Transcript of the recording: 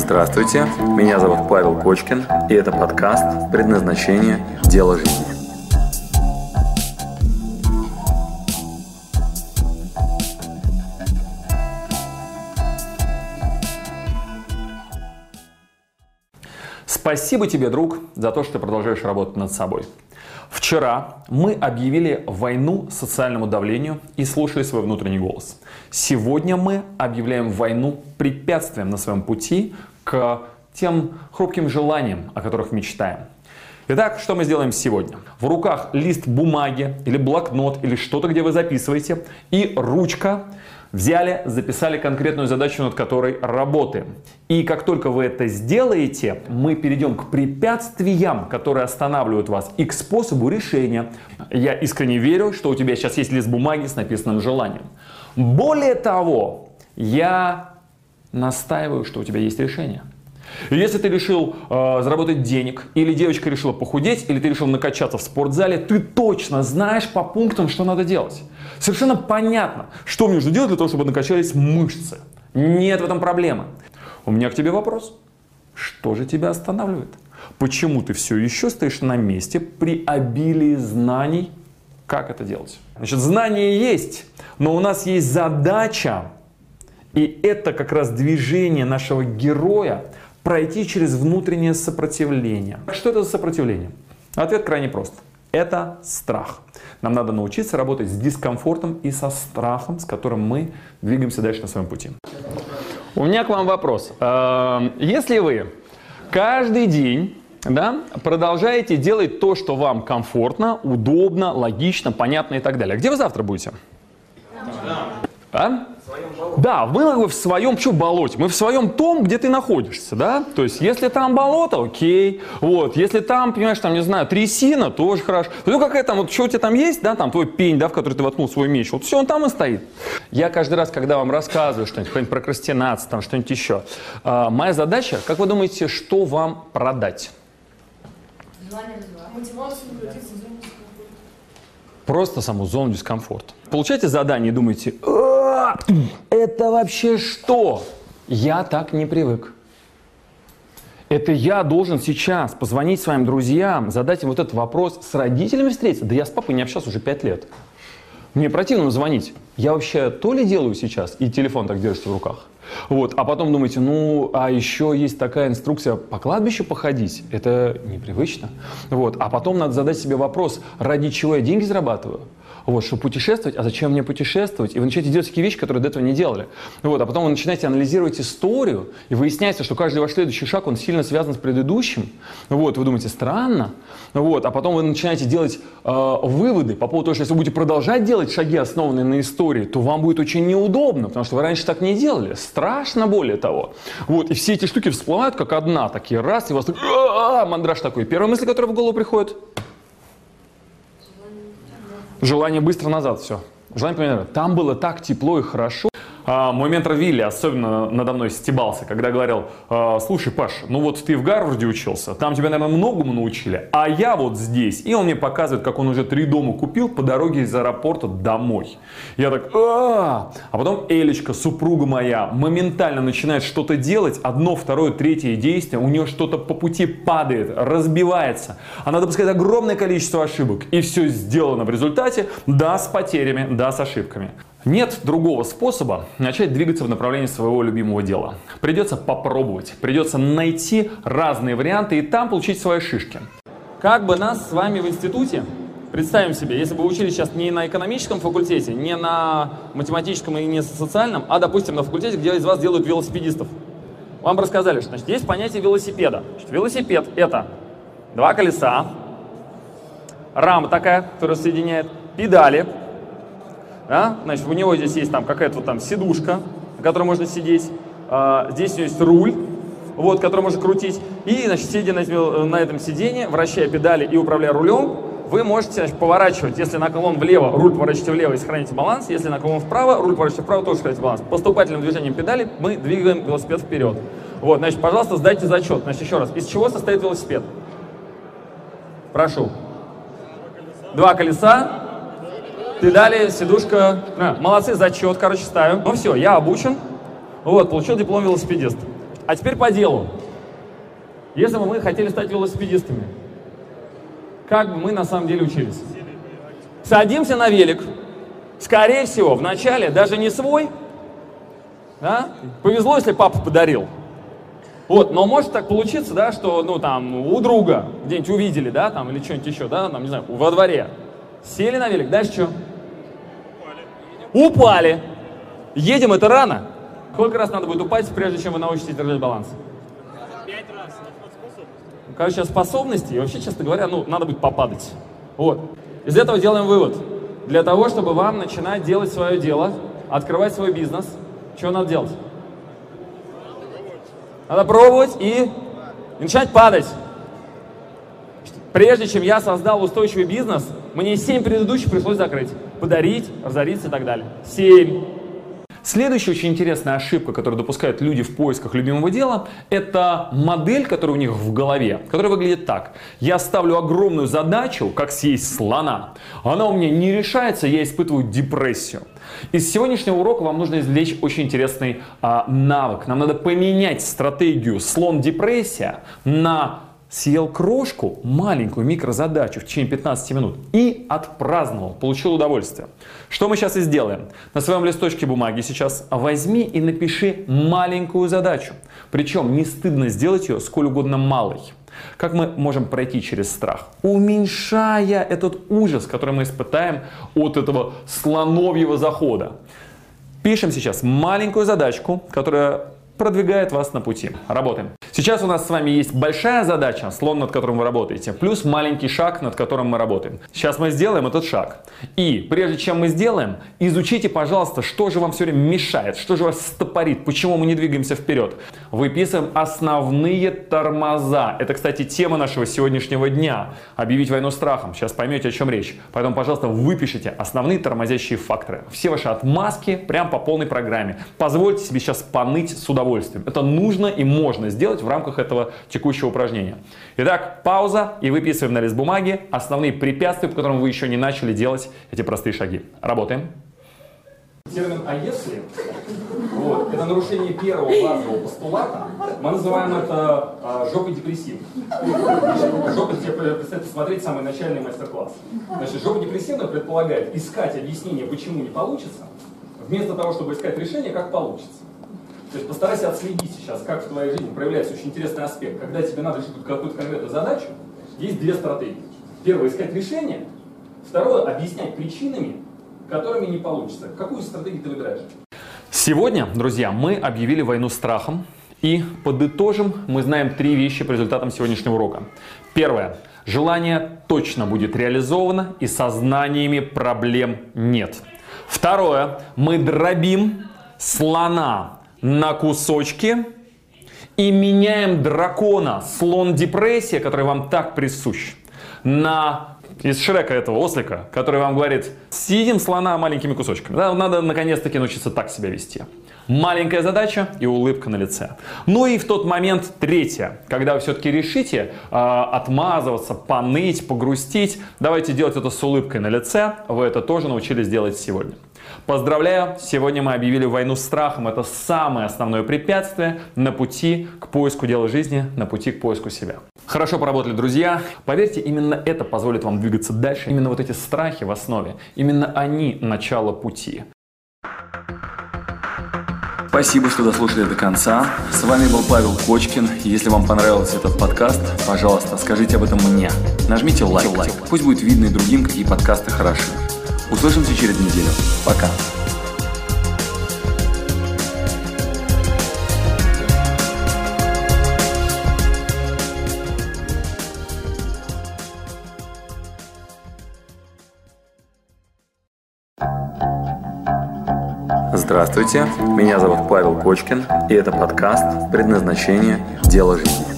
Здравствуйте, меня зовут Павел Кочкин, и это подкаст «Предназначение. Дело жизни». Спасибо тебе, друг, за то, что ты продолжаешь работать над собой. Вчера мы объявили войну социальному давлению и слушали свой внутренний голос. Сегодня мы объявляем войну препятствиям на своем пути к тем хрупким желаниям, о которых мечтаем. Итак, что мы сделаем сегодня? В руках лист бумаги или блокнот или что-то, где вы записываете, и ручка. Взяли, записали конкретную задачу, над которой работаем. И как только вы это сделаете, мы перейдем к препятствиям, которые останавливают вас, и к способу решения. Я искренне верю, что у тебя сейчас есть лист бумаги с написанным желанием. Более того, я настаиваю, что у тебя есть решение. Если ты решил заработать денег, или девочка решила похудеть, или ты решил накачаться в спортзале, ты точно знаешь по пунктам, что надо делать. Совершенно понятно, что мне нужно делать для того, чтобы накачались мышцы. Нет в этом проблемы. У меня к тебе вопрос. Что же тебя останавливает? Почему ты все еще стоишь на месте при обилии знаний, как это делать? Значит, знания есть, но у нас есть задача, и это как раз движение нашего героя, пройти через внутреннее сопротивление. Что это за сопротивление? Ответ крайне прост. Это страх. Нам надо научиться работать с дискомфортом и со страхом, с которым мы двигаемся дальше на своем пути. У меня к вам вопрос. Если вы каждый день продолжаете делать то, что вам комфортно, удобно, логично, понятно и так далее, где вы завтра будете? А? Да, мы в своем болоте, мы в своем том, где ты находишься, да? То есть, если там болото, окей, вот, если там, понимаешь, там, не знаю, трясина, тоже хорошо. Ну, какая там, вот, что у тебя там есть, да, там, твой пень, да, в который ты воткнул свой меч, вот все, он там и стоит. Я каждый раз, когда вам рассказываю что-нибудь, какая-нибудь прокрастинация, там, что-нибудь еще, моя задача, как вы думаете, что вам продать? Мотивацию превратиться в зону дискомфорта. Просто саму зону дискомфорта. Получаете задание и думаете, это вообще что? Я так не привык. Это я должен сейчас позвонить своим друзьям, задать им вот этот вопрос, с родителями встретиться. Да я с папой не общался уже 5 лет. Мне противно звонить. Я вообще то ли делаю сейчас, и телефон так держите в руках. Вот, а потом думаете, а еще есть такая инструкция по кладбищу походить. Это непривычно. Вот, а потом надо задать себе вопрос, ради чего я деньги зарабатываю. Вот, чтобы путешествовать, а зачем мне путешествовать? И вы начинаете делать такие вещи, которые до этого не делали. Вот, а потом вы начинаете анализировать историю, и выясняется, что каждый ваш следующий шаг, он сильно связан с предыдущим. Вот, вы думаете, странно. Вот, а потом вы начинаете делать выводы по поводу того, что если вы будете продолжать делать шаги, основанные на истории, то вам будет очень неудобно, потому что вы раньше так не делали. Страшно, более того. Вот, и все эти штуки всплывают как одна, такие раз, и у вас так, мандраж такой. Первая мысль, которая в голову приходит? Желание быстро назад, все. Желание поменять. Там было так тепло и хорошо. Мой ментор Вилли особенно надо мной стебался, когда говорил, слушай, Паш, ну вот ты в Гарварде учился, там тебя, наверное, многому научили, а я вот здесь. И он мне показывает, как он уже 3 дома купил по дороге из аэропорта домой. Я так, А потом Элечка, супруга моя, моментально начинает что-то делать, одно, второе, третье действие, у нее что-то по пути падает, разбивается. Она допускает огромное количество ошибок, и все сделано в результате, да, с потерями, да, с ошибками. Нет другого способа начать двигаться в направлении своего любимого дела. Придется попробовать, придется найти разные варианты и там получить свои шишки. Как бы нас с вами в институте, представим себе, если бы вы учились сейчас не на экономическом факультете, не на математическом и не на социальном, а, допустим, на факультете, где из вас делают велосипедистов. Вам бы рассказали, что значит, есть понятие велосипеда. Значит, велосипед – это 2 колеса, рама такая, которая соединяет, педали. Да? Значит, у него здесь есть там какая-то вот там сидушка, на которой можно сидеть. Здесь у него есть руль, вот, который можно крутить. И, значит, сидя на этом сиденье, вращая педали и управляя рулем, вы можете, значит, поворачивать. Если наклон влево, руль поворачиваете влево и сохраните баланс. Если наклон вправо, руль поворачиваете вправо, тоже сохраните баланс. Поступательным движением педали мы двигаем велосипед вперед. Вот, значит, пожалуйста, сдайте зачет. Значит, еще раз. Из чего состоит велосипед? Прошу. 2 колеса. Педали, сидушка. Молодцы, зачет, ставим. Ну все, я обучен. Вот, получил диплом велосипедиста. А теперь по делу. Если бы мы хотели стать велосипедистами, как бы мы на самом деле учились? Садимся на велик. Скорее всего, вначале даже не свой. Да? Повезло, если папа подарил. Вот, но может так получиться, да, что, ну, там, у друга где-нибудь увидели, да, там, или что-нибудь еще, да, там, не знаю, во дворе. Сели на велик, дальше что? Упали. Едем, это рано. Сколько раз надо будет упасть, прежде чем вы научитесь держать баланс? 5 раз. Короче, способности, и вообще, честно говоря, ну, надо будет попадать. Вот. Из этого делаем вывод. Для того, чтобы вам начинать делать свое дело, открывать свой бизнес, что надо делать? Надо пробовать и начинать падать. Прежде чем я создал устойчивый бизнес, мне 7 предыдущих пришлось закрыть. Подарить, разориться и так далее. 7. Следующая очень интересная ошибка, которую допускают люди в поисках любимого дела, это модель, которая у них в голове, которая выглядит так. Я ставлю огромную задачу, как съесть слона. Она у меня не решается, я испытываю депрессию. Из сегодняшнего урока вам нужно извлечь очень интересный навык. Нам надо поменять стратегию слон-депрессия на съел крошку, маленькую микрозадачу в течение 15 минут и отпраздновал, получил удовольствие. Что мы сейчас и сделаем. На своем листочке бумаги сейчас возьми и напиши маленькую задачу. Причем не стыдно сделать ее сколь угодно малой. Как мы можем пройти через страх? Уменьшая этот ужас, который мы испытаем от этого слоновьего захода. Пишем сейчас маленькую задачку, которая продвигает вас на пути. Работаем. Сейчас у нас с вами есть большая задача, слон, над которым вы работаете, плюс маленький шаг, над которым мы работаем. Сейчас мы сделаем этот шаг. И прежде чем мы сделаем, изучите, пожалуйста, что же вам все время мешает, что же вас стопорит, почему мы не двигаемся вперед. Выписываем основные тормоза. Это, кстати, тема нашего сегодняшнего дня. Объявить войну страхом. Сейчас поймете, о чем речь. Поэтому, пожалуйста, выпишите основные тормозящие факторы. Все ваши отмазки прям по полной программе. Позвольте себе сейчас поныть с удовольствием. Это нужно и можно сделать в рамках этого текущего упражнения. Итак, пауза, и выписываем на лист бумаги основные препятствия, по которым вы еще не начали делать эти простые шаги. Работаем. Термин «а если» вот, это нарушение первого базового постулата. Мы называем это жопой депрессивной. Жопа, представьте, посмотреть самый начальный мастер-класс. Значит, жопа депрессивная предполагает искать объяснение, почему не получится, вместо того, чтобы искать решение, как получится. То есть постарайся отследить сейчас, как в твоей жизни проявляется очень интересный аспект. Когда тебе надо решить какую-то конкретную задачу, есть две стратегии. Первое — искать решение. Второе — объяснять причинами, которыми не получится. Какую стратегию ты выбираешь? Сегодня, друзья, мы объявили войну страхом. И подытожим, мы знаем 3 вещи по результатам сегодняшнего урока. Первое. Желание точно будет реализовано, и со знаниями проблем нет. Второе. Мы дробим слона на кусочки и меняем дракона, слон-депрессия, который вам так присущ, на из Шрека этого ослика, который вам говорит: съедим слона маленькими кусочками. Да, надо наконец-таки научиться так себя вести. Маленькая задача и улыбка на лице. Ну и в тот момент третье, когда вы все-таки решите отмазываться, поныть, погрустить, давайте делать это с улыбкой на лице. Вы это тоже научились делать сегодня. Поздравляю! Сегодня мы объявили войну страхом. Это самое основное препятствие на пути к поиску дела жизни, на пути к поиску себя. Хорошо поработали, друзья. Поверьте, именно это позволит вам двигаться дальше. Именно вот эти страхи в основе, именно они начало пути. Спасибо, что дослушали до конца. С вами был Павел Кочкин. Если вам понравился этот подкаст, пожалуйста, скажите об этом мне. Нажмите лайк. Пусть будет видно и другим, какие подкасты хороши. Услышимся через неделю. Пока. Здравствуйте, меня зовут Павел Кочкин, и это подкаст «Предназначение. Дело жизни».